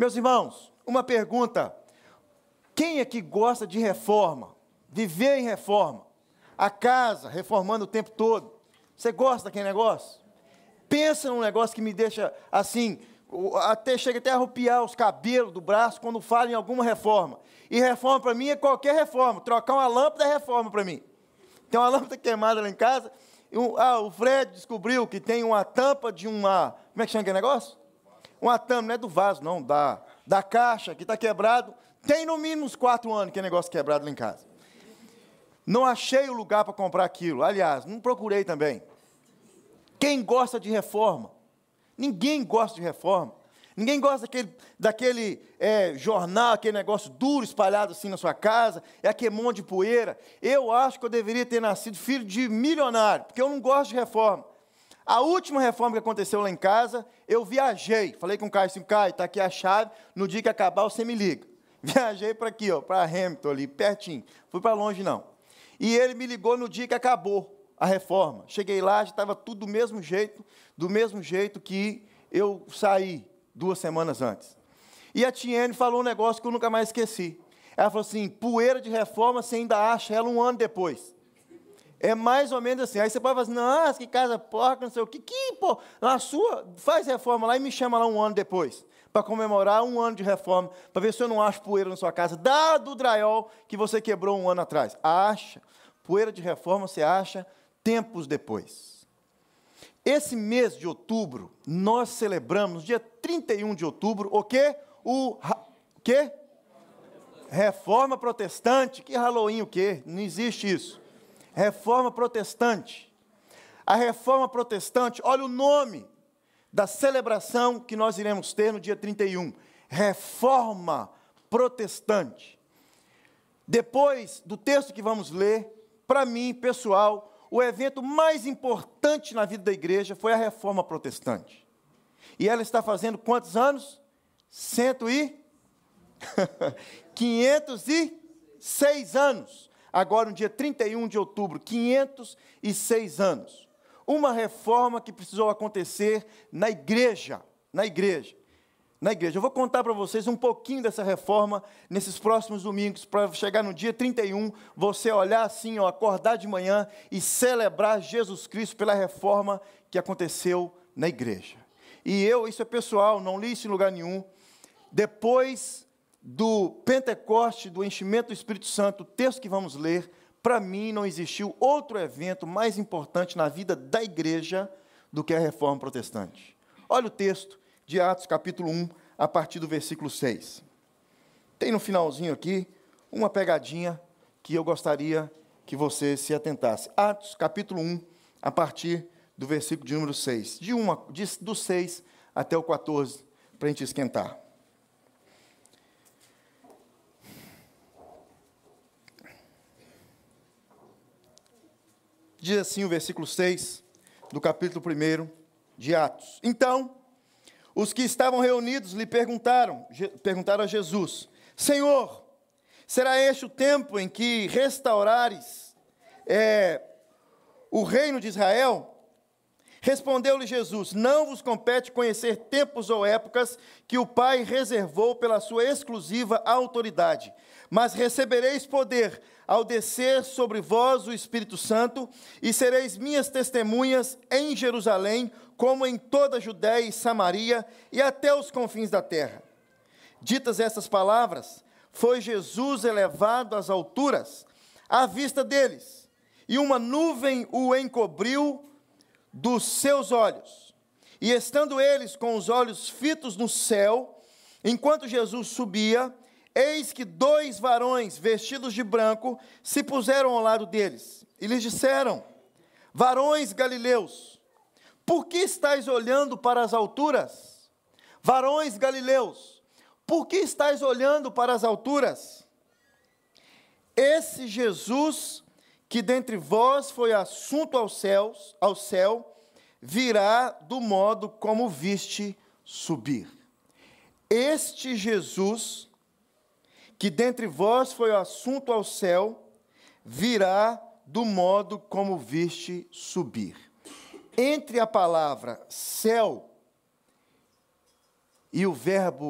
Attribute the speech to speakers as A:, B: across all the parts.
A: Meus irmãos, uma pergunta: quem aqui gosta de reforma? Viver em reforma? A casa, reformando o tempo todo. Você gosta daquele negócio? Pensa num negócio que me deixa assim, chega até a arrepiar os cabelos do braço quando fala em alguma reforma. E reforma para mim é qualquer reforma. Trocar uma lâmpada é reforma para mim. Tem uma lâmpada queimada lá em casa. O Fred descobriu que tem uma tampa de uma... Como é que chama aquele negócio? Uma tampa, não é do vaso, não, da caixa que está quebrado. Tem no mínimo uns 4 anos que é negócio quebrado lá em casa. Não achei o lugar para comprar aquilo. Aliás, não procurei também. Quem gosta de reforma? Ninguém gosta de reforma. Ninguém gosta daquele jornal, aquele negócio duro espalhado assim na sua casa, aquele monte de poeira. Eu acho que eu deveria ter nascido filho de milionário, porque eu não gosto de reforma. A última reforma que aconteceu lá em casa, eu viajei. Falei com o Caio assim: Caio, está aqui a chave, no dia que acabar você me liga. Viajei para aqui, para Hamilton, ali, pertinho. Fui para longe, não. E ele me ligou no dia que acabou a reforma. Cheguei lá, já estava tudo do mesmo jeito que eu saí 2 semanas antes. E a Tiene falou um negócio que eu nunca mais esqueci. Ela falou assim: poeira de reforma, você ainda acha ela 1 ano depois. É mais ou menos assim. Aí você pode falar assim: nossa, que casa porca, não sei o que. Pô, na sua, faz reforma lá e me chama lá 1 ano depois, para comemorar 1 ano de reforma, para ver se eu não acho poeira na sua casa, dado o drywall que você quebrou 1 ano atrás. Acha. Poeira de reforma você acha tempos depois. Esse mês de outubro, nós celebramos, dia 31 de outubro, o quê? O quê? Reforma protestante. Que Halloween o quê? Não existe isso. Reforma protestante. A reforma protestante, olha o nome da celebração que nós iremos ter no dia 31. Reforma protestante. Depois do texto que vamos ler, para mim, pessoal, o evento mais importante na vida da igreja foi a reforma protestante. E ela está fazendo quantos anos? 506 anos. Agora, no dia 31 de outubro, 506 anos. Uma reforma que precisou acontecer na igreja. Eu vou contar para vocês um pouquinho dessa reforma nesses próximos domingos, para chegar no dia 31, você olhar assim, acordar de manhã e celebrar Jesus Cristo pela reforma que aconteceu na igreja. E isso é pessoal, não li isso em lugar nenhum. Depois do Pentecoste, do enchimento do Espírito Santo, o texto que vamos ler, para mim não existiu outro evento mais importante na vida da igreja do que a reforma protestante. Olha o texto de Atos, capítulo 1, a partir do versículo 6. Tem no finalzinho aqui uma pegadinha que eu gostaria que você se atentasse. Atos, capítulo 1, a partir do versículo de número 6. Do 6 até o 14, para a gente esquentar. Diz assim o versículo 6 do capítulo 1 de Atos. Então, os que estavam reunidos lhe perguntaram a Jesus: Senhor, será este o tempo em que restaurares o reino de Israel? Respondeu-lhe Jesus: não vos compete conhecer tempos ou épocas que o Pai reservou pela sua exclusiva autoridade, mas recebereis poder ao descer sobre vós o Espírito Santo, e sereis minhas testemunhas em Jerusalém, como em toda a Judéia e Samaria, e até os confins da terra. Ditas essas palavras, foi Jesus elevado às alturas, à vista deles, e uma nuvem o encobriu dos seus olhos. E estando eles com os olhos fitos no céu, enquanto Jesus subia, eis que 2 varões vestidos de branco se puseram ao lado deles, e lhes disseram: varões galileus, por que estáis olhando para as alturas? Varões galileus, por que estáis olhando para as alturas? Esse Jesus, que dentre vós foi assunto ao céu, virá do modo como viste subir. Este Jesus, que dentre vós foi assunto ao céu, virá do modo como viste subir. Entre a palavra céu e o verbo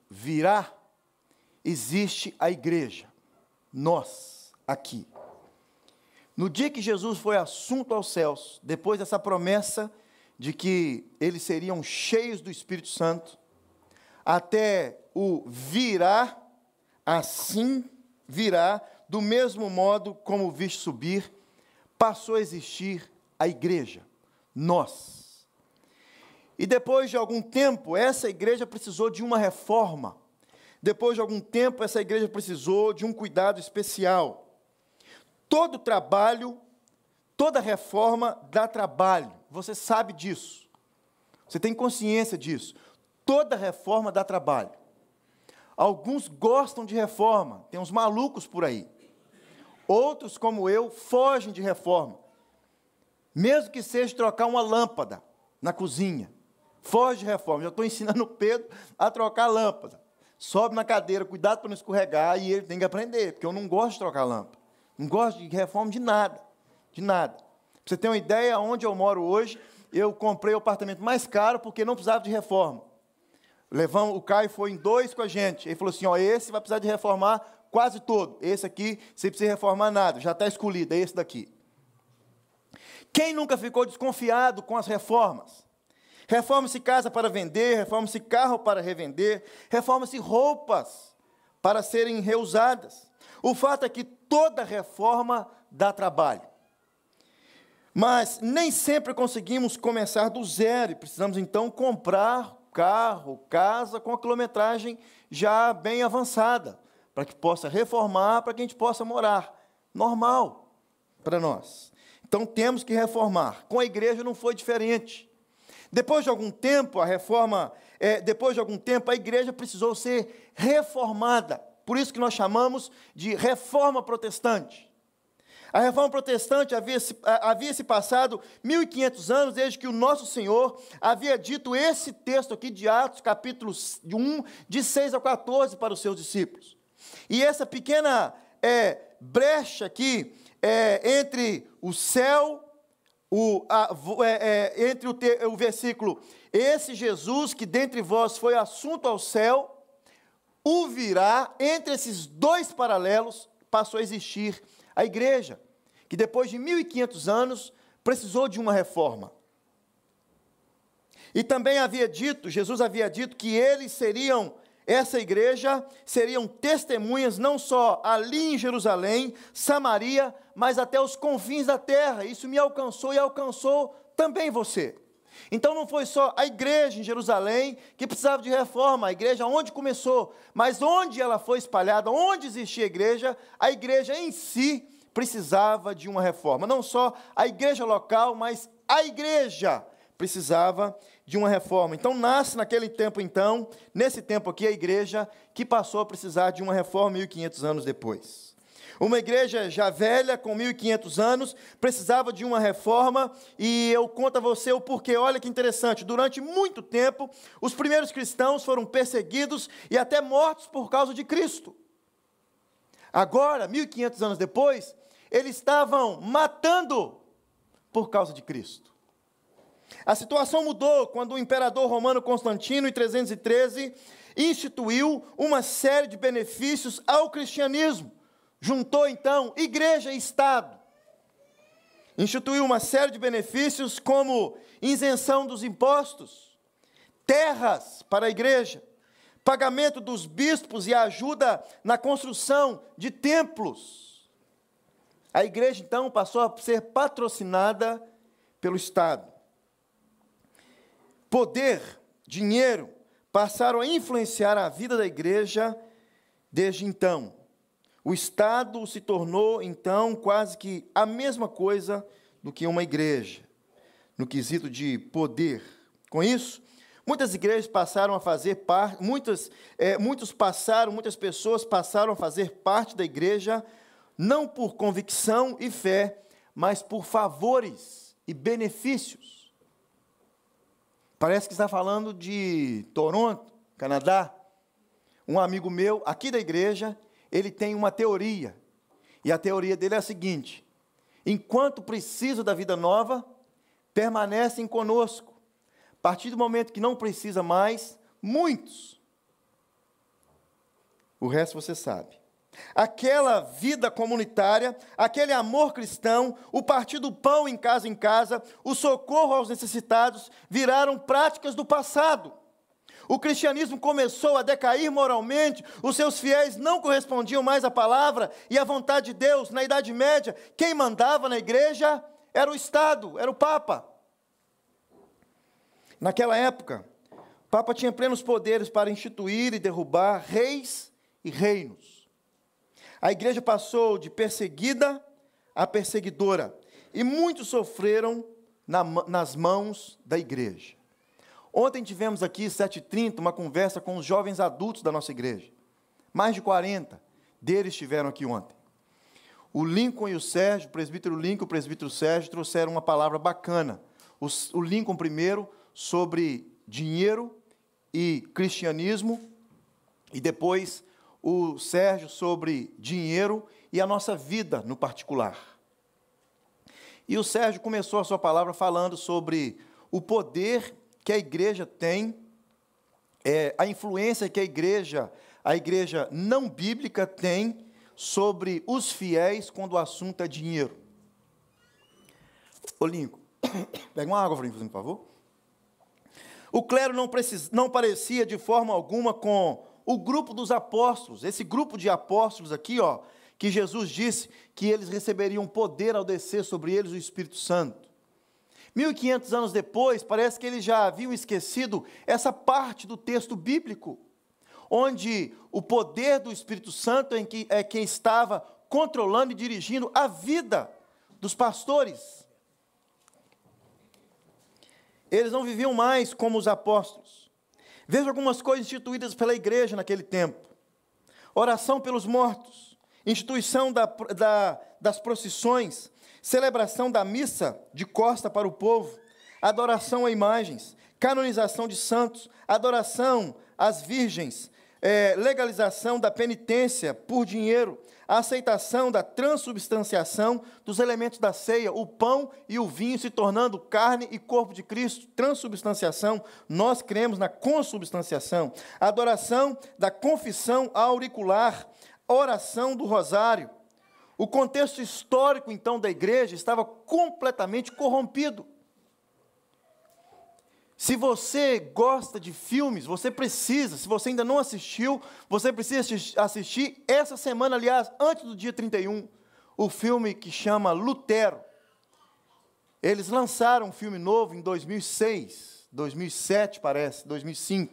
A: virá, existe a igreja, nós aqui. No dia que Jesus foi assunto aos céus, depois dessa promessa de que eles seriam cheios do Espírito Santo, até o virá, assim virá, do mesmo modo como o viste subir, passou a existir a igreja, nós. E depois de algum tempo, essa igreja precisou de uma reforma. Depois de algum tempo, essa igreja precisou de um cuidado especial. Todo trabalho, toda reforma dá trabalho. Você sabe disso. Você tem consciência disso. Toda reforma dá trabalho. Alguns gostam de reforma. Tem uns malucos por aí. Outros, como eu, fogem de reforma. Mesmo que seja trocar uma lâmpada na cozinha. Foge de reforma. Já estou ensinando o Pedro a trocar lâmpada. Sobe na cadeira, cuidado para não escorregar, e ele tem que aprender, porque eu não gosto de trocar lâmpada. Não gosto de reforma de nada. De nada. Para você ter uma ideia, onde eu moro hoje, eu comprei o apartamento mais caro porque não precisava de reforma. O Caio foi em 2 com a gente. Ele falou assim, ó, esse vai precisar de reformar quase todo. Esse aqui, você não precisa reformar nada, já está escolhido, é esse daqui. Quem nunca ficou desconfiado com as reformas? Reforma-se casa para vender, reforma-se carro para revender, reforma-se roupas para serem reusadas. O fato é que toda reforma dá trabalho. Mas nem sempre conseguimos começar do zero, e precisamos então comprar carro, casa com a quilometragem já bem avançada, para que possa reformar, para que a gente possa morar. Normal para nós. Então temos que reformar. Com a igreja não foi diferente. Depois de algum tempo, a igreja precisou ser reformada. Por isso que nós chamamos de reforma protestante. A reforma protestante havia se passado 1.500 anos desde que o nosso Senhor havia dito esse texto aqui de Atos, capítulo 1, de 6 a 14, para os seus discípulos. E essa pequena brecha aqui entre o céu, entre o versículo, esse Jesus que dentre vós foi assunto ao céu, o virá, entre esses dois paralelos, passou a existir a igreja, que depois de 1.500 anos, precisou de uma reforma. E também Jesus havia dito que essa igreja, seriam testemunhas não só ali em Jerusalém, Samaria, mas até os confins da terra. Isso me alcançou e alcançou também você. Então não foi só a igreja em Jerusalém que precisava de reforma, a igreja onde começou, mas onde ela foi espalhada, onde existia a igreja em si precisava de uma reforma. Não só a igreja local, mas a igreja precisava de uma reforma. Então nasce naquele tempo, nesse tempo aqui, a igreja que passou a precisar de uma reforma 1.500 anos depois. Uma igreja já velha, com 1.500 anos, precisava de uma reforma, e eu conto a você o porquê. Olha que interessante, durante muito tempo, os primeiros cristãos foram perseguidos e até mortos por causa de Cristo. Agora, 1.500 anos depois, eles estavam matando por causa de Cristo. A situação mudou quando o imperador romano Constantino, em 313, instituiu uma série de benefícios ao cristianismo. Juntou, então, igreja e Estado. Instituiu uma série de benefícios como isenção dos impostos, terras para a igreja, pagamento dos bispos e ajuda na construção de templos. A igreja, então, passou a ser patrocinada pelo Estado. Poder, dinheiro, passaram a influenciar a vida da igreja desde então. O Estado se tornou, então, quase que a mesma coisa do que uma igreja, no quesito de poder. Com isso, muitas igrejas passaram a fazer parte, muitas pessoas passaram a fazer parte da igreja, não por convicção e fé, mas por favores e benefícios. Parece que está falando de Toronto, Canadá. Um amigo meu, aqui da igreja, ele tem uma teoria, e a teoria dele é a seguinte: enquanto precisa da vida nova, permanecem conosco. A partir do momento que não precisa mais, muitos O resto você sabe. Aquela vida comunitária, aquele amor cristão, o partir do pão em casa, o socorro aos necessitados, viraram práticas do passado. O cristianismo começou a decair moralmente, os seus fiéis não correspondiam mais à palavra e à vontade de Deus. Na Idade Média, quem mandava na igreja era o Estado, era o Papa. Naquela época, o Papa tinha plenos poderes para instituir e derrubar reis e reinos. A igreja passou de perseguida a perseguidora, e muitos sofreram nas mãos da igreja. Ontem tivemos aqui, 7h30, uma conversa com os jovens adultos da nossa igreja. Mais de 40 deles estiveram aqui ontem. O Lincoln e o Sérgio, o presbítero Lincoln e o presbítero Sérgio, trouxeram uma palavra bacana. O Lincoln primeiro, sobre dinheiro e cristianismo, e depois o Sérgio sobre dinheiro e a nossa vida no particular. E o Sérgio começou a sua palavra falando sobre o poder que a igreja tem, a influência que a igreja não bíblica tem sobre os fiéis quando o assunto é dinheiro. Ô Lincoln, pega uma água para mim, por favor. O clero não parecia de forma alguma com o grupo dos apóstolos, esse grupo de apóstolos aqui, que Jesus disse que eles receberiam poder ao descer sobre eles o Espírito Santo. 1500 anos depois, parece que eles já haviam esquecido essa parte do texto bíblico, onde o poder do Espírito Santo é quem estava controlando e dirigindo a vida dos pastores. Eles não viviam mais como os apóstolos. Veja algumas coisas instituídas pela igreja naquele tempo. Oração pelos mortos, instituição das procissões, celebração da missa de costa para o povo, adoração a imagens, canonização de santos, adoração às virgens, legalização da penitência por dinheiro, a aceitação da transubstanciação dos elementos da ceia, o pão e o vinho se tornando carne e corpo de Cristo, transubstanciação, nós cremos na consubstanciação, a adoração da confissão auricular, oração do rosário. O contexto histórico, então, da igreja estava completamente corrompido. Se você gosta de filmes, você precisa, se você ainda não assistiu, você precisa assistir essa semana, aliás, antes do dia 31, o filme que chama Lutero. Eles lançaram um filme novo em 2006, 2007 parece, 2005.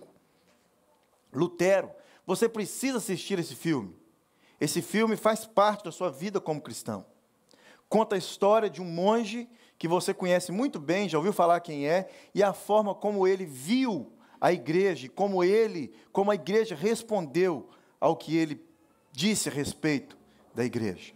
A: Lutero. Você precisa assistir esse filme. Esse filme faz parte da sua vida como cristão. Conta a história de um monge que você conhece muito bem, já ouviu falar quem é, e a forma como ele viu a igreja, como a igreja respondeu ao que ele disse a respeito da igreja.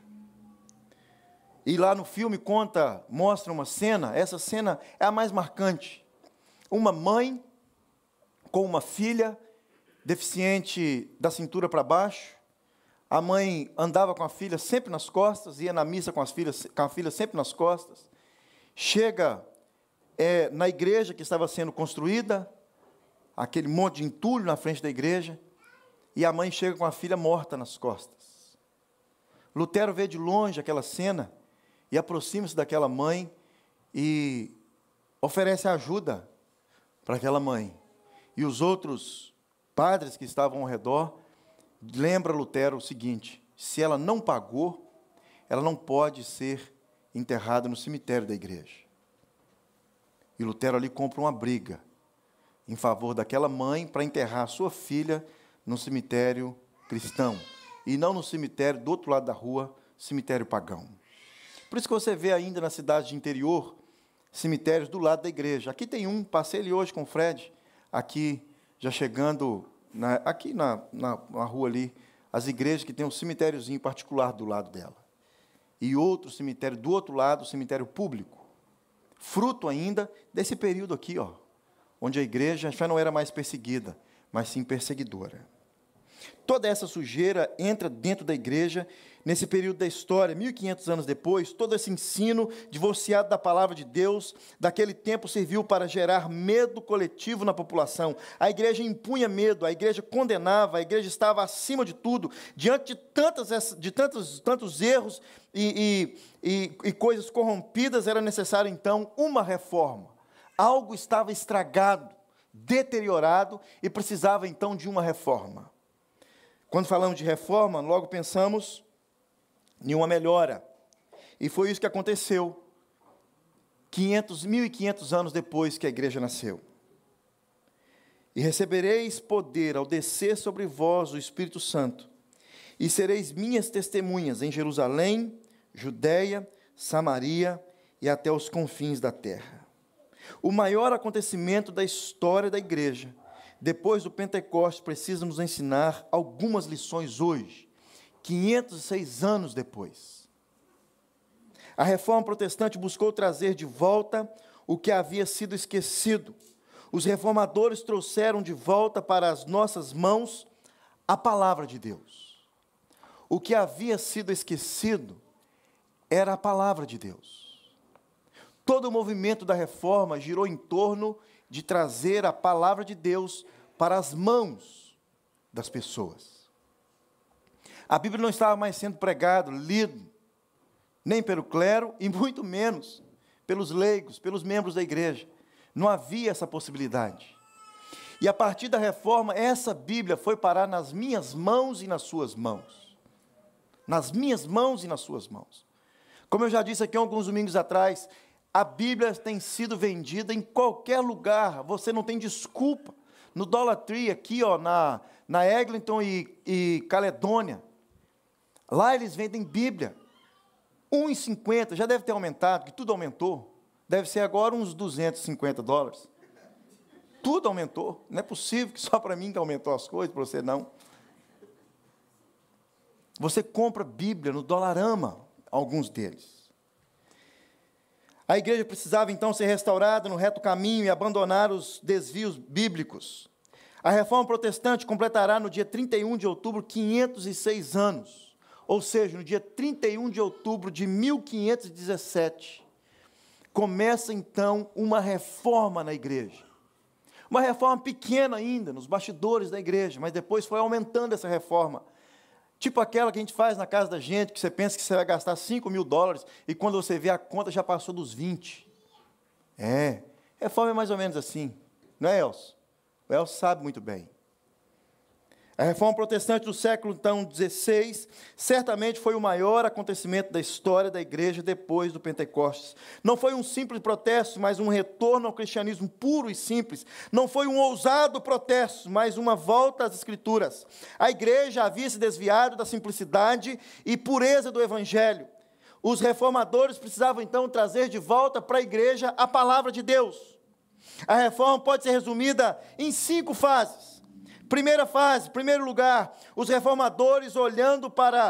A: E lá no filme mostra uma cena, essa cena é a mais marcante. Uma mãe com uma filha deficiente da cintura para baixo. A mãe andava com a filha sempre nas costas, ia na missa com a filha sempre nas costas. Chega na igreja que estava sendo construída, aquele monte de entulho na frente da igreja, e a mãe chega com a filha morta nas costas. Lutero vê de longe aquela cena e aproxima-se daquela mãe e oferece ajuda para aquela mãe. E os outros padres que estavam ao redor lembra Lutero o seguinte: se ela não pagou, ela não pode ser enterrada no cemitério da igreja. E Lutero ali compra uma briga em favor daquela mãe para enterrar a sua filha no cemitério cristão, e não no cemitério do outro lado da rua, cemitério pagão. Por isso que você vê ainda na cidade de interior, cemitérios do lado da igreja. Aqui tem um, passei ele hoje com o Fred, aqui, já chegando, aqui na rua ali, as igrejas que tem um cemitériozinho particular do lado dela. E outro cemitério do outro lado, o cemitério público. Fruto ainda desse período aqui, onde a igreja já não era mais perseguida, mas sim perseguidora. Toda essa sujeira entra dentro da igreja, nesse período da história, 1500 anos depois, todo esse ensino divorciado da palavra de Deus, daquele tempo serviu para gerar medo coletivo na população. A igreja impunha medo, a igreja condenava, a igreja estava acima de tudo. Diante de tantos erros e coisas corrompidas, era necessário então uma reforma. Algo estava estragado, deteriorado e precisava então de uma reforma. Quando falamos de reforma, logo pensamos em uma melhora. E foi isso que aconteceu 1.500 anos depois que a igreja nasceu. E recebereis poder ao descer sobre vós o Espírito Santo, e sereis minhas testemunhas em Jerusalém, Judeia, Samaria e até os confins da terra. O maior acontecimento da história da igreja, depois do Pentecostes, precisa nos ensinar algumas lições hoje, 506 anos depois. A reforma protestante buscou trazer de volta o que havia sido esquecido. Os reformadores trouxeram de volta para as nossas mãos a palavra de Deus. O que havia sido esquecido era a palavra de Deus. Todo o movimento da reforma girou em torno de trazer a palavra de Deus para as mãos das pessoas. A Bíblia não estava mais sendo pregado, lido, nem pelo clero e muito menos pelos leigos, pelos membros da igreja. Não havia essa possibilidade. E a partir da reforma, essa Bíblia foi parar nas minhas mãos e nas suas mãos. Nas minhas mãos e nas suas mãos. Como eu já disse aqui alguns domingos atrás, a Bíblia tem sido vendida em qualquer lugar, você não tem desculpa. No Dollar Tree, aqui ó, na Eglinton e Caledônia, lá eles vendem Bíblia, R$1,50, já deve ter aumentado, que tudo aumentou, deve ser agora uns $250. Tudo aumentou, não é possível que só para mim que aumentou as coisas, para você não. Você compra Bíblia no Dollarama, alguns deles. A igreja precisava então ser restaurada no reto caminho e abandonar os desvios bíblicos. A reforma protestante completará no dia 31 de outubro 506 anos. Ou seja, no dia 31 de outubro de 1517, começa então uma reforma na igreja. Uma reforma pequena ainda, nos bastidores da igreja, mas depois foi aumentando essa reforma. Tipo aquela que a gente faz na casa da gente, que você pensa que você vai gastar $5.000, e quando você vê a conta já passou dos 20. Reforma é mais ou menos assim, não é, Elcio? O Elcio sabe muito bem. A reforma protestante do século então, 16, certamente foi o maior acontecimento da história da igreja depois do Pentecostes. Não foi um simples protesto, mas um retorno ao cristianismo puro e simples. Não foi um ousado protesto, mas uma volta às Escrituras. A igreja havia se desviado da simplicidade e pureza do Evangelho. Os reformadores precisavam então trazer de volta para a igreja a palavra de Deus. A reforma pode ser resumida em 5 fases. Primeira fase, primeiro lugar, os reformadores olhando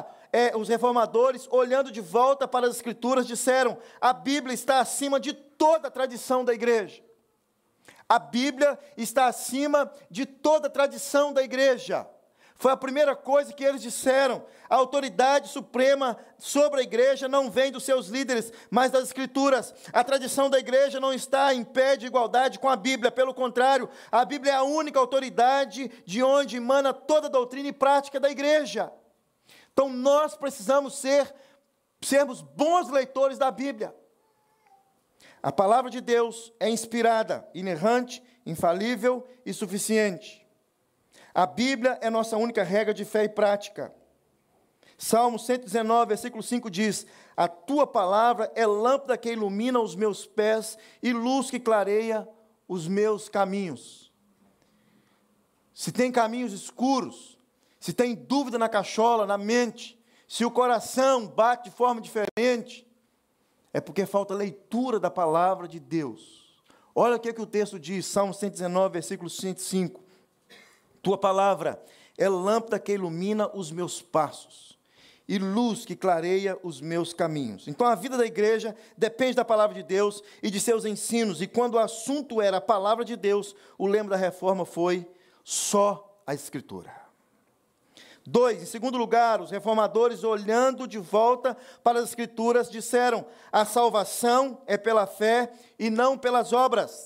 A: de volta para as Escrituras disseram: a Bíblia está acima de toda a tradição da igreja. A Bíblia está acima de toda a tradição da igreja. Foi a primeira coisa que eles disseram. A autoridade suprema sobre a igreja não vem dos seus líderes, mas das Escrituras. A tradição da igreja não está em pé de igualdade com a Bíblia. Pelo contrário, a Bíblia é a única autoridade de onde emana toda a doutrina e prática da igreja. Então, nós precisamos sermos bons leitores da Bíblia. A palavra de Deus é inspirada, inerrante, infalível e suficiente. A Bíblia é nossa única regra de fé e prática. Salmo 119, versículo 5 diz: a tua palavra é lâmpada que ilumina os meus pés e luz que clareia os meus caminhos. Se tem caminhos escuros, se tem dúvida na cachola, na mente, se o coração bate de forma diferente, é porque falta leitura da palavra de Deus. Olha o que o texto diz, Salmo 119, versículo 105. Tua palavra é lâmpada que ilumina os meus passos e luz que clareia os meus caminhos. Então a vida da igreja depende da palavra de Deus e de seus ensinos. E quando o assunto era a palavra de Deus, o lema da reforma foi só a Escritura. 2, em segundo lugar, os reformadores, olhando de volta para as Escrituras, disseram: a salvação é pela fé e não pelas obras.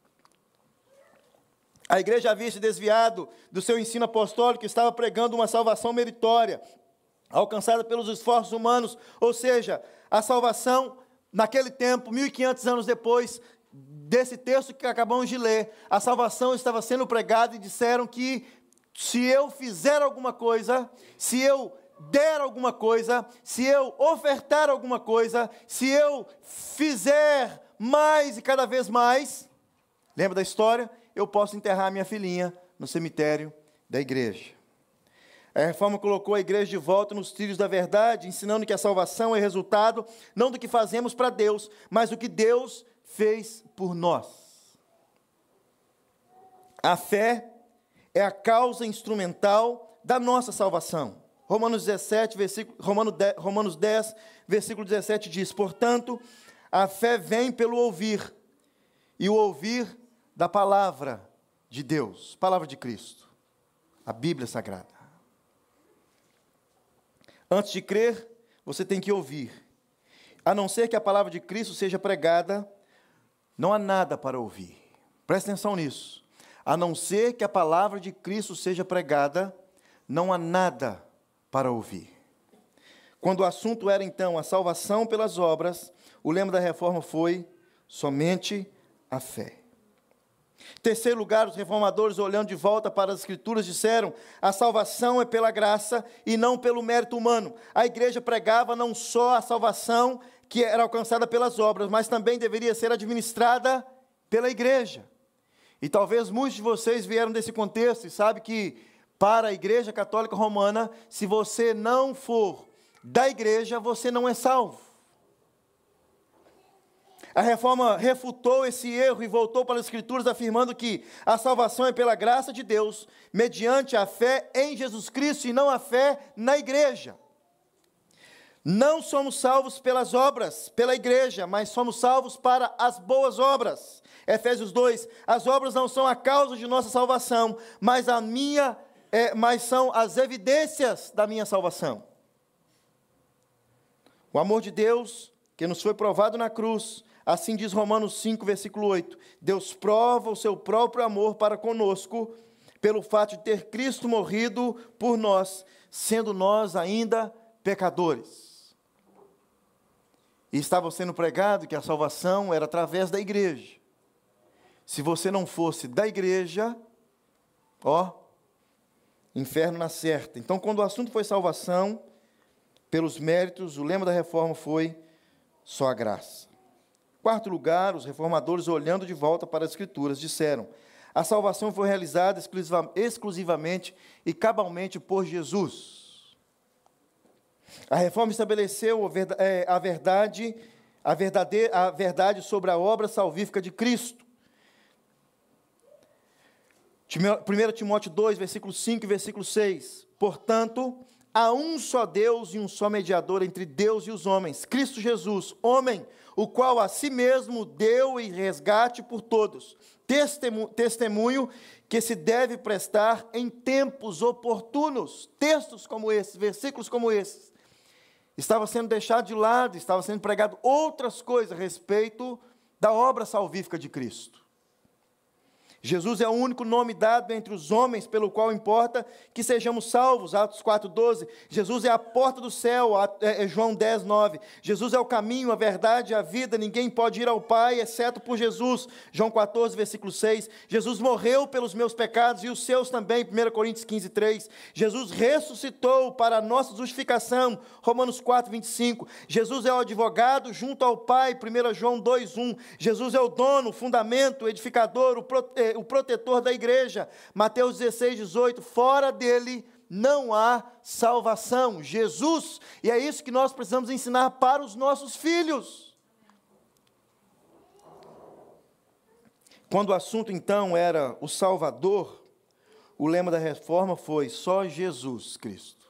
A: A igreja havia se desviado do seu ensino apostólico, estava pregando uma salvação meritória, alcançada pelos esforços humanos, ou seja, a salvação, naquele tempo, 1500 anos depois desse texto que acabamos de ler, a salvação estava sendo pregada e disseram que se eu fizer alguma coisa, se eu der alguma coisa, se eu ofertar alguma coisa, se eu fizer mais e cada vez mais, lembra da história? Eu posso enterrar minha filhinha no cemitério da igreja. A reforma colocou a igreja de volta nos trilhos da verdade, ensinando que a salvação é resultado não do que fazemos para Deus, mas do que Deus fez por nós. A fé é a causa instrumental da nossa salvação. Romanos 10, versículo 17 diz: portanto, a fé vem pelo ouvir, e o ouvir da palavra de Deus, palavra de Cristo, a Bíblia Sagrada. Antes de crer, você tem que ouvir. A não ser que a palavra de Cristo seja pregada, não há nada para ouvir. Presta atenção nisso. A não ser que a palavra de Cristo seja pregada, não há nada para ouvir. Quando o assunto era, então, a salvação pelas obras, o lema da reforma foi somente a fé. Em terceiro lugar, os reformadores, olhando de volta para as Escrituras, disseram: a salvação é pela graça e não pelo mérito humano. A igreja pregava não só a salvação que era alcançada pelas obras, mas também deveria ser administrada pela igreja. E talvez muitos de vocês vieram desse contexto e sabem que para a Igreja Católica Romana, se você não for da igreja, você não é salvo. A reforma refutou esse erro e voltou para as Escrituras afirmando que a salvação é pela graça de Deus, mediante a fé em Jesus Cristo e não a fé na igreja. Não somos salvos pelas obras, pela igreja, mas somos salvos para as boas obras. Efésios 2, as obras não são a causa de nossa salvação, mas são as evidências da minha salvação. O amor de Deus, que nos foi provado na cruz, assim diz Romanos 5, versículo 8, Deus prova o seu próprio amor para conosco, pelo fato de ter Cristo morrido por nós, sendo nós ainda pecadores. E estava sendo pregado que a salvação era através da igreja. Se você não fosse da igreja, inferno na certa. Então, quando o assunto foi salvação, pelos méritos, o lema da reforma foi só a graça. Quarto lugar, os reformadores, olhando de volta para as Escrituras, disseram: a salvação foi realizada exclusivamente e cabalmente por Jesus. A reforma estabeleceu a verdade sobre a obra salvífica de Cristo. 1 Timóteo 2, versículo 5 e versículo 6. Portanto, há um só Deus e um só mediador entre Deus e os homens, Cristo Jesus, homem, o qual a si mesmo deu em resgate por todos. Testemunho que se deve prestar em tempos oportunos. Textos como esses, versículos como esses. Estava sendo deixado de lado, estava sendo pregado outras coisas a respeito da obra salvífica de Cristo. Jesus é o único nome dado entre os homens pelo qual importa que sejamos salvos, Atos 4,12. Jesus é a porta do céu, João 10,9. Jesus é o caminho, a verdade e a vida, ninguém pode ir ao Pai, exceto por Jesus, João 14, versículo 6. Jesus morreu pelos meus pecados e os seus também, 1 Coríntios 15,3. Jesus ressuscitou para a nossa justificação, Romanos 4, 25. Jesus é o advogado junto ao Pai, 1 João 2,1. Jesus é o dono, o fundamento, o edificador, o protetor da igreja, Mateus 16, 18, fora dele não há salvação, Jesus, e é isso que nós precisamos ensinar para os nossos filhos. Quando o assunto então era o Salvador, o lema da reforma foi só Jesus Cristo.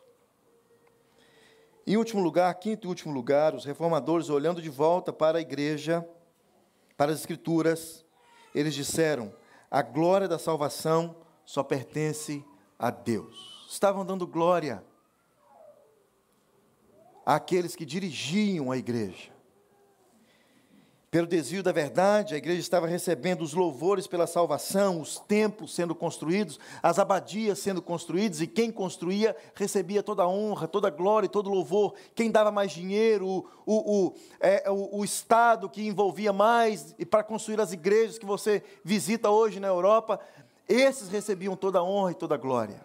A: Em último lugar, quinto e último lugar, os reformadores, olhando de volta para a igreja, para as Escrituras, eles disseram: a glória da salvação só pertence a Deus. estavam dando glória àqueles que dirigiam a igreja. Pelo desvio da verdade, a igreja estava recebendo os louvores pela salvação, os templos sendo construídos, as abadias sendo construídas, e quem construía recebia toda a honra, toda a glória e todo o louvor. Quem dava mais dinheiro, o Estado que envolvia mais e para construir as igrejas que você visita hoje na Europa, esses recebiam toda a honra e toda a glória.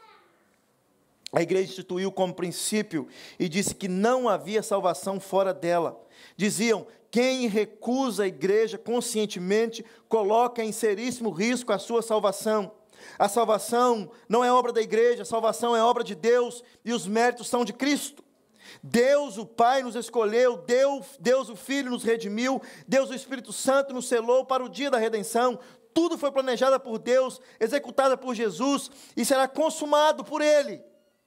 A: A igreja instituiu como princípio e disse que não havia salvação fora dela. Diziam: quem recusa a igreja conscientemente coloca em seríssimo risco a sua salvação. A salvação não é obra da igreja, a salvação é obra de Deus e os méritos são de Cristo. Deus o Pai nos escolheu, Deus o Filho nos redimiu, Deus o Espírito Santo nos selou para o dia da redenção. Tudo foi planejado por Deus, executado por Jesus e será consumado por Ele.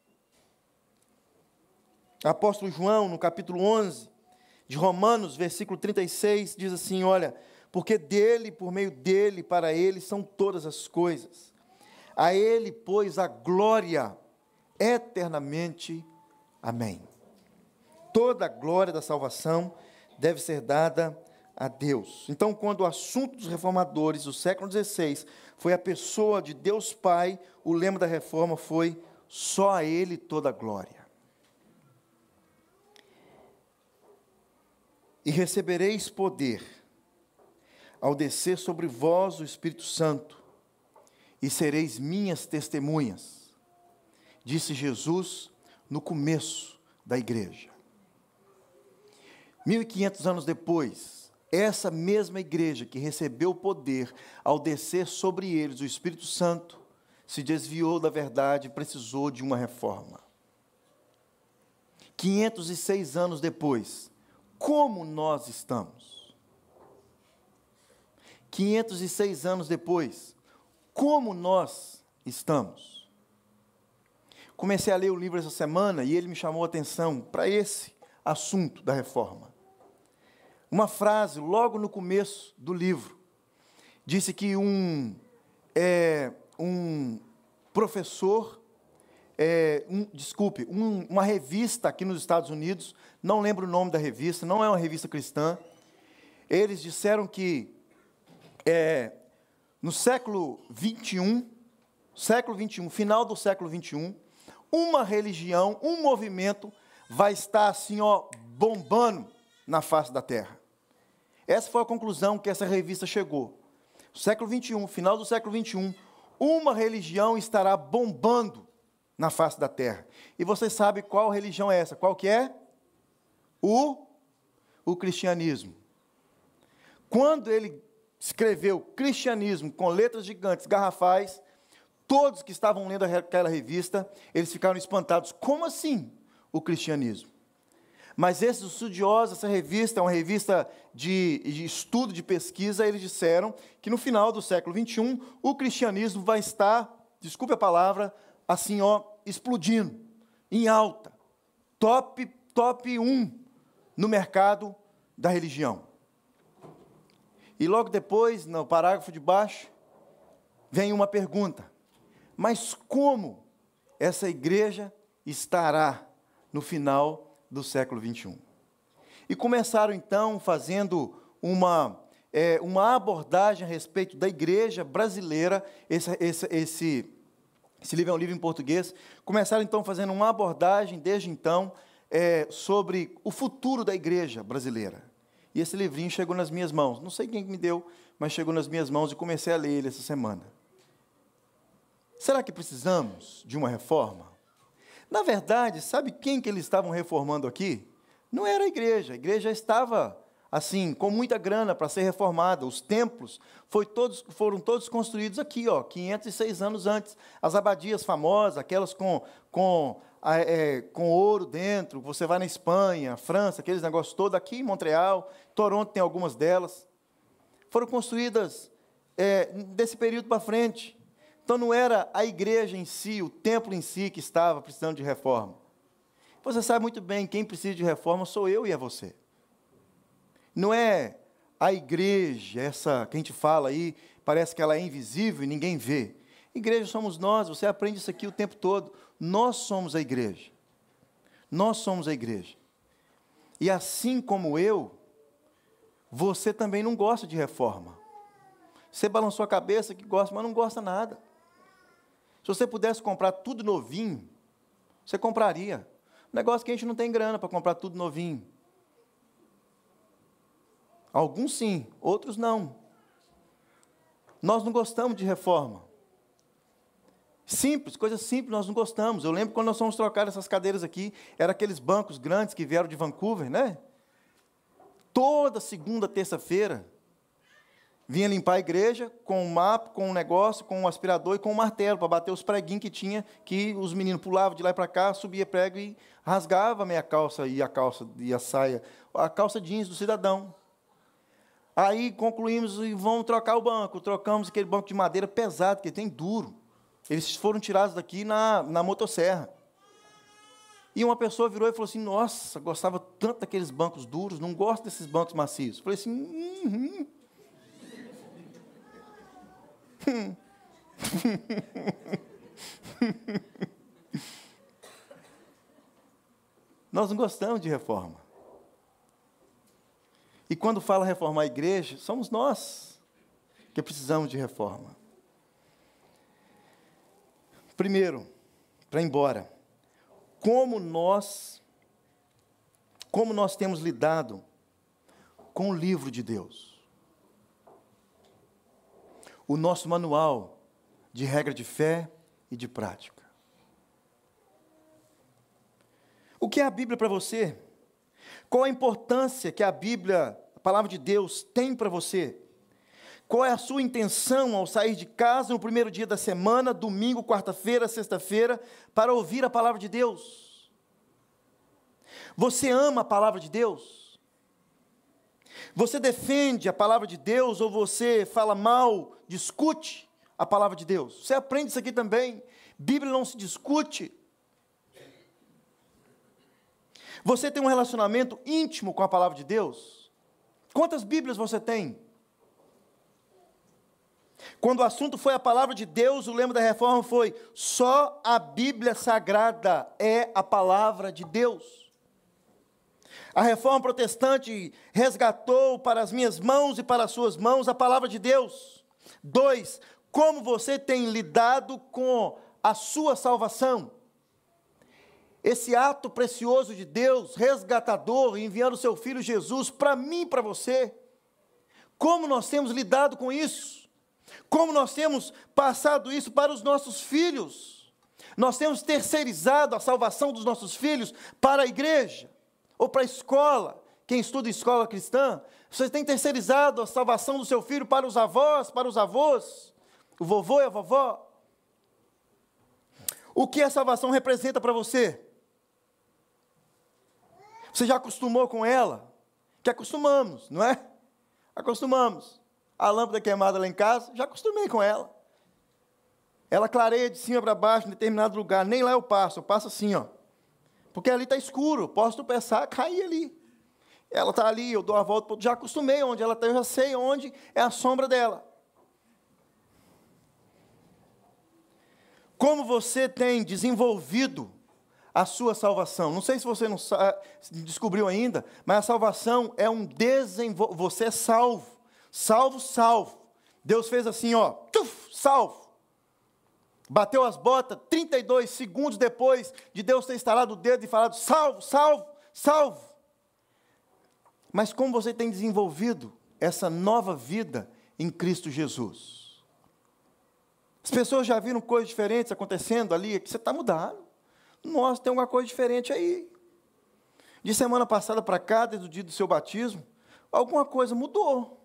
A: O apóstolo João, no capítulo 11 de Romanos, versículo 36, diz assim: olha, porque dele, por meio dele, para ele são todas as coisas. A ele, pois, a glória eternamente. Amém. Toda a glória da salvação deve ser dada a Deus. Então, quando o assunto dos reformadores do século XVI foi a pessoa de Deus Pai, o lema da reforma foi: só a ele toda a glória. E recebereis poder ao descer sobre vós o Espírito Santo, e sereis minhas testemunhas, disse Jesus no começo da igreja. 1500 anos depois, essa mesma igreja que recebeu o poder ao descer sobre eles o Espírito Santo, se desviou da verdade e precisou de uma reforma. 506 anos depois, como nós estamos? 506 anos depois, como nós estamos? Comecei a ler o livro essa semana e ele me chamou a atenção para esse assunto da reforma. Uma frase logo no começo do livro disse que um professor, uma revista aqui nos Estados Unidos, não lembro o nome da revista, não é uma revista cristã, eles disseram que no século XXI, final do século XXI, uma religião, um movimento vai estar assim, bombando na face da terra. Essa foi a conclusão que essa revista chegou. Século XXI, final do século XXI, uma religião estará bombando na face da terra. E você sabe qual religião é essa? Qual que é? O cristianismo. Quando ele escreveu cristianismo com letras gigantes, garrafais, todos que estavam lendo aquela revista, eles ficaram espantados. Como assim o cristianismo? Mas esses estudiosos, essa revista é uma revista de estudo, de pesquisa, eles disseram que no final do século XXI, o cristianismo vai estar, desculpe a palavra, assim, explodindo, em alta, top 1 no mercado da religião. E logo depois, no parágrafo de baixo, vem uma pergunta: mas como essa igreja estará no final do século XXI? E começaram então fazendo uma abordagem a respeito da igreja brasileira. Esse livro é um livro em português. Começaram então fazendo uma abordagem desde então sobre o futuro da igreja brasileira. E esse livrinho chegou nas minhas mãos. Não sei quem me deu, mas chegou nas minhas mãos e comecei a ler ele essa semana. Será que precisamos de uma reforma? Na verdade, sabe quem que eles estavam reformando aqui? Não era a igreja estava, assim, com muita grana para ser reformada. Os templos foram todos construídos aqui, 506 anos antes. As abadias famosas, aquelas com ouro dentro, você vai na Espanha, França, aqueles negócios todos, aqui em Montreal, Toronto tem algumas delas, foram construídas desse período para frente. Então não era a igreja em si, o templo em si que estava precisando de reforma. Você sabe muito bem, quem precisa de reforma sou eu e é você. Não é a igreja, essa que a gente fala aí, parece que ela é invisível e ninguém vê. Igreja somos nós, você aprende isso aqui o tempo todo. Nós somos a igreja. Nós somos a igreja. E assim como eu, você também não gosta de reforma. Você balançou a cabeça que gosta, mas não gosta nada. Se você pudesse comprar tudo novinho, você compraria. O negócio é que a gente não tem grana para comprar tudo novinho. Alguns sim, outros não. Nós não gostamos de reforma. Simples, coisas simples, nós não gostamos. Eu lembro quando nós fomos trocar essas cadeiras aqui, eram aqueles bancos grandes que vieram de Vancouver, né? Toda segunda, terça-feira, vinha limpar a igreja com um mapa, com um negócio, com um aspirador e com um martelo, para bater os preguinhos que tinha, que os meninos pulavam de lá para cá, subia prego e rasgava a meia calça e a saia, a calça jeans do cidadão. Aí concluímos e vamos trocar o banco. Trocamos aquele banco de madeira pesado, que tem duro. Eles foram tirados daqui na motosserra. E uma pessoa virou e falou assim, nossa, gostava tanto daqueles bancos duros, não gosto desses bancos macios. Falei assim, Nós não gostamos de reforma. E quando fala reformar a igreja, somos nós que precisamos de reforma. Primeiro, para ir embora, como nós temos lidado com o livro de Deus. O nosso manual de regra de fé e de prática. O que é a Bíblia para você? Qual a importância que a Bíblia, a palavra de Deus, tem para você? Qual é a sua intenção ao sair de casa no primeiro dia da semana, domingo, quarta-feira, sexta-feira, para ouvir a palavra de Deus? Você ama a palavra de Deus? Você defende a palavra de Deus ou você fala mal, discute a palavra de Deus? Você aprende isso aqui também. Bíblia não se discute. Você tem um relacionamento íntimo com a palavra de Deus? Quantas Bíblias você tem? Quando o assunto foi a palavra de Deus, o lema da reforma foi: só a Bíblia Sagrada é a palavra de Deus. A reforma protestante resgatou para as minhas mãos e para as suas mãos a palavra de Deus. 2, como você tem lidado com a sua salvação? Esse ato precioso de Deus, resgatador, enviando o seu Filho Jesus para mim e para você. Como nós temos lidado com isso? Como nós temos passado isso para os nossos filhos? Nós temos terceirizado a salvação dos nossos filhos para a igreja, ou para a escola. Quem estuda em escola cristã, você tem terceirizado a salvação do seu filho para os avós, para os avós, o vovô e a vovó. O que a salvação representa para você? Você já acostumou com ela? Que acostumamos, não é? Acostumamos. A lâmpada queimada lá em casa, já acostumei com ela. Ela clareia de cima para baixo em determinado lugar. Nem lá eu passo assim, ó. Porque ali está escuro, posso tropeçar, cair ali. Ela está ali, eu dou a volta, já acostumei onde ela está, eu já sei onde é a sombra dela. Como você tem desenvolvido a sua salvação? Não sei se você não descobriu ainda, mas a salvação é um desenvolvimento. Você é salvo. Salvo. Deus fez assim, ó, salvo. Bateu as botas, 32 segundos depois de Deus ter estalado o dedo e falado, salvo. Mas como você tem desenvolvido essa nova vida em Cristo Jesus? As pessoas já viram coisas diferentes acontecendo ali, que você está mudado. Nossa, tem alguma coisa diferente aí. De semana passada para cá, desde o dia do seu batismo, alguma coisa mudou.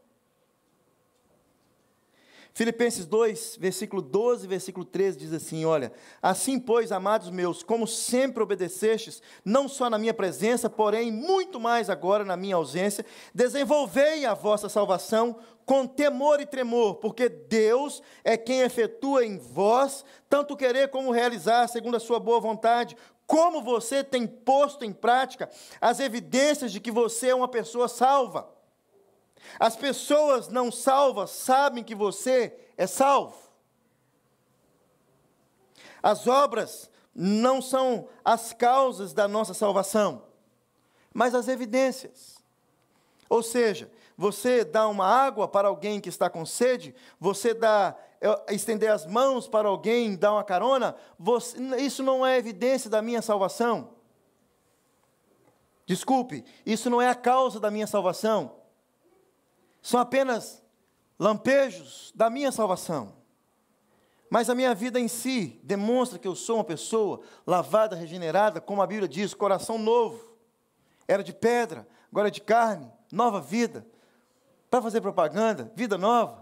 A: Filipenses 2, versículo 12 e versículo 13 diz assim, olha, assim, pois, amados meus, como sempre obedecestes, não só na minha presença, porém, muito mais agora na minha ausência, desenvolvei a vossa salvação com temor e tremor, porque Deus é quem efetua em vós, tanto querer como realizar, segundo a sua boa vontade. Como você tem posto em prática as evidências de que você é uma pessoa salva. As pessoas não salvas sabem que você é salvo. As obras não são as causas da nossa salvação, mas as evidências. Ou seja, você dá uma água para alguém que está com sede, você estender as mãos para alguém, dar uma carona, isso não é evidência da minha salvação. Desculpe, isso não é a causa da minha salvação. São apenas lampejos da minha salvação. Mas a minha vida em si demonstra que eu sou uma pessoa lavada, regenerada, como a Bíblia diz, coração novo. Era de pedra, agora é de carne, nova vida. Para fazer propaganda, vida nova.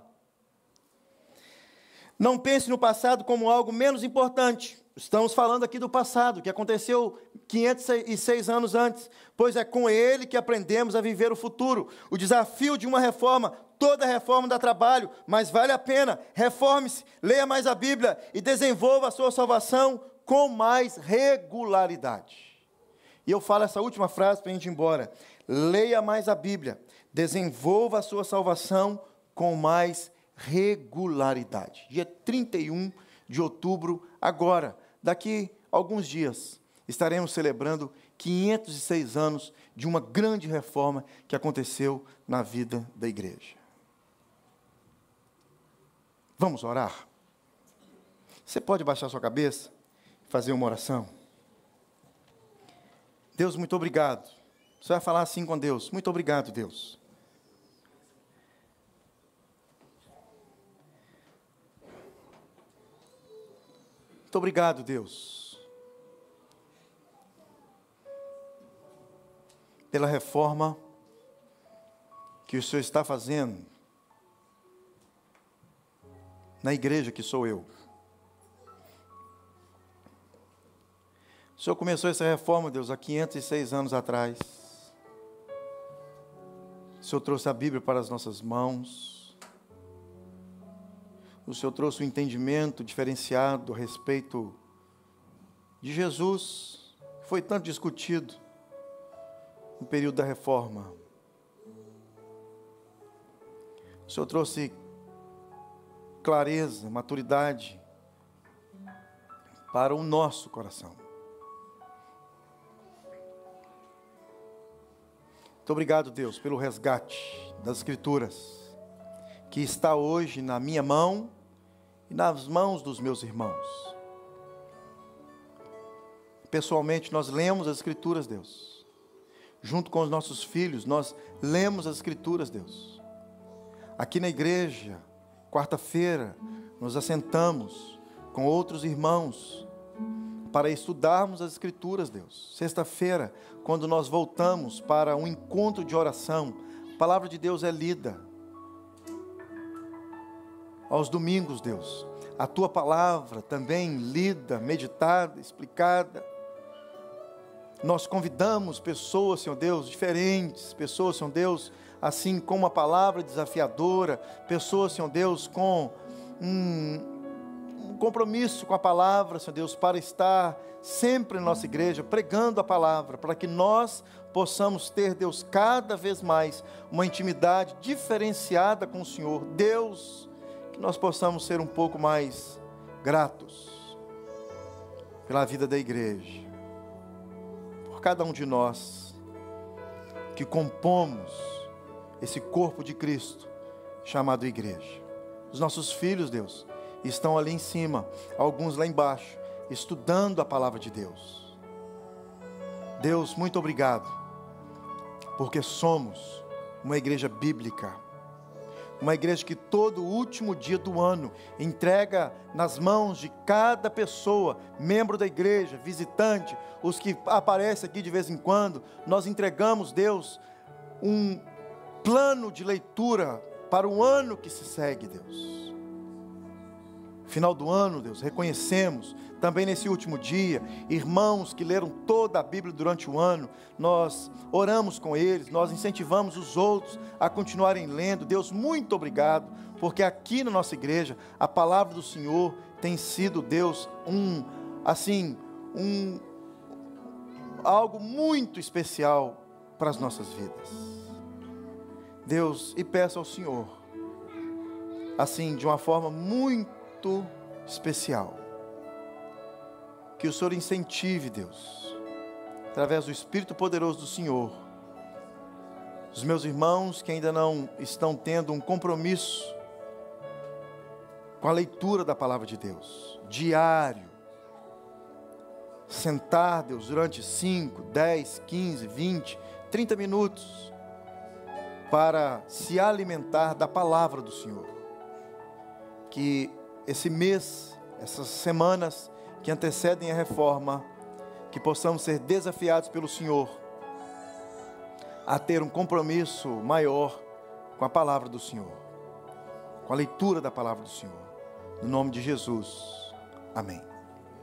A: Não pense no passado como algo menos importante. Estamos falando aqui do passado, que aconteceu 506 anos antes, pois é com ele que aprendemos a viver o futuro. O desafio de uma reforma, toda reforma dá trabalho, mas vale a pena. Reforme-se, leia mais a Bíblia e desenvolva a sua salvação com mais regularidade. E eu falo essa última frase para a gente ir embora. Leia mais a Bíblia, desenvolva a sua salvação com mais regularidade. Dia 31 de outubro, agora, daqui a alguns dias, estaremos celebrando 506 anos de uma grande reforma que aconteceu na vida da igreja. Vamos orar? Você pode baixar sua cabeça e fazer uma oração? Deus, muito obrigado. Você vai falar assim com Deus. Muito obrigado, Deus. Muito obrigado, Deus, pela reforma que o Senhor está fazendo na igreja que sou eu. O Senhor começou essa reforma, Deus, há 506 anos atrás. O Senhor trouxe a Bíblia para as nossas mãos. O Senhor trouxe um entendimento diferenciado a respeito de Jesus, que foi tanto discutido no período da reforma. O Senhor trouxe clareza, maturidade para o nosso coração. Muito obrigado, Deus, pelo resgate das Escrituras, que está hoje na minha mão e nas mãos dos meus irmãos. Pessoalmente, nós lemos as Escrituras, Deus. Junto com os nossos filhos, nós lemos as Escrituras, Deus. Aqui na igreja, quarta-feira, nos assentamos com outros irmãos para estudarmos as Escrituras, Deus. Sexta-feira, quando nós voltamos para um encontro de oração, a palavra de Deus é lida. Aos domingos, Deus, a Tua palavra também lida, meditada, explicada. Nós convidamos pessoas, Senhor Deus, diferentes, pessoas, Senhor Deus, assim com uma palavra desafiadora, pessoas, Senhor Deus, com um compromisso com a palavra, Senhor Deus, para estar sempre na nossa igreja, pregando a palavra, para que nós possamos ter, Deus, cada vez mais uma intimidade diferenciada com o Senhor. Deus, que nós possamos ser um pouco mais gratos pela vida da igreja, por cada um de nós que compomos esse corpo de Cristo chamado igreja. Os nossos filhos, Deus, estão ali em cima, alguns lá embaixo, estudando a palavra de Deus. Deus, muito obrigado, porque somos uma igreja bíblica, uma igreja que todo último dia do ano entrega nas mãos de cada pessoa, membro da igreja, visitante, os que aparecem aqui de vez em quando, nós entregamos, Deus, um plano de leitura para o ano que se segue, Deus. Final do ano, Deus, reconhecemos também nesse último dia, irmãos que leram toda a Bíblia durante o ano, nós oramos com eles, nós incentivamos os outros a continuarem lendo. Deus, muito obrigado, porque aqui na nossa igreja, a palavra do Senhor tem sido, Deus, algo muito especial para as nossas vidas. Deus, e peço ao Senhor, assim, de uma forma muito especial, que o Senhor incentive, Deus, através do Espírito poderoso do Senhor, os meus irmãos que ainda não estão tendo um compromisso com a leitura da palavra de Deus, diário, sentar, Deus, durante 5, 10, 15, 20, 30 minutos, para se alimentar da palavra do Senhor. Que esse mês, essas semanas que antecedem a reforma, que possamos ser desafiados pelo Senhor a ter um compromisso maior com a palavra do Senhor, com a leitura da palavra do Senhor. No nome de Jesus. Amém.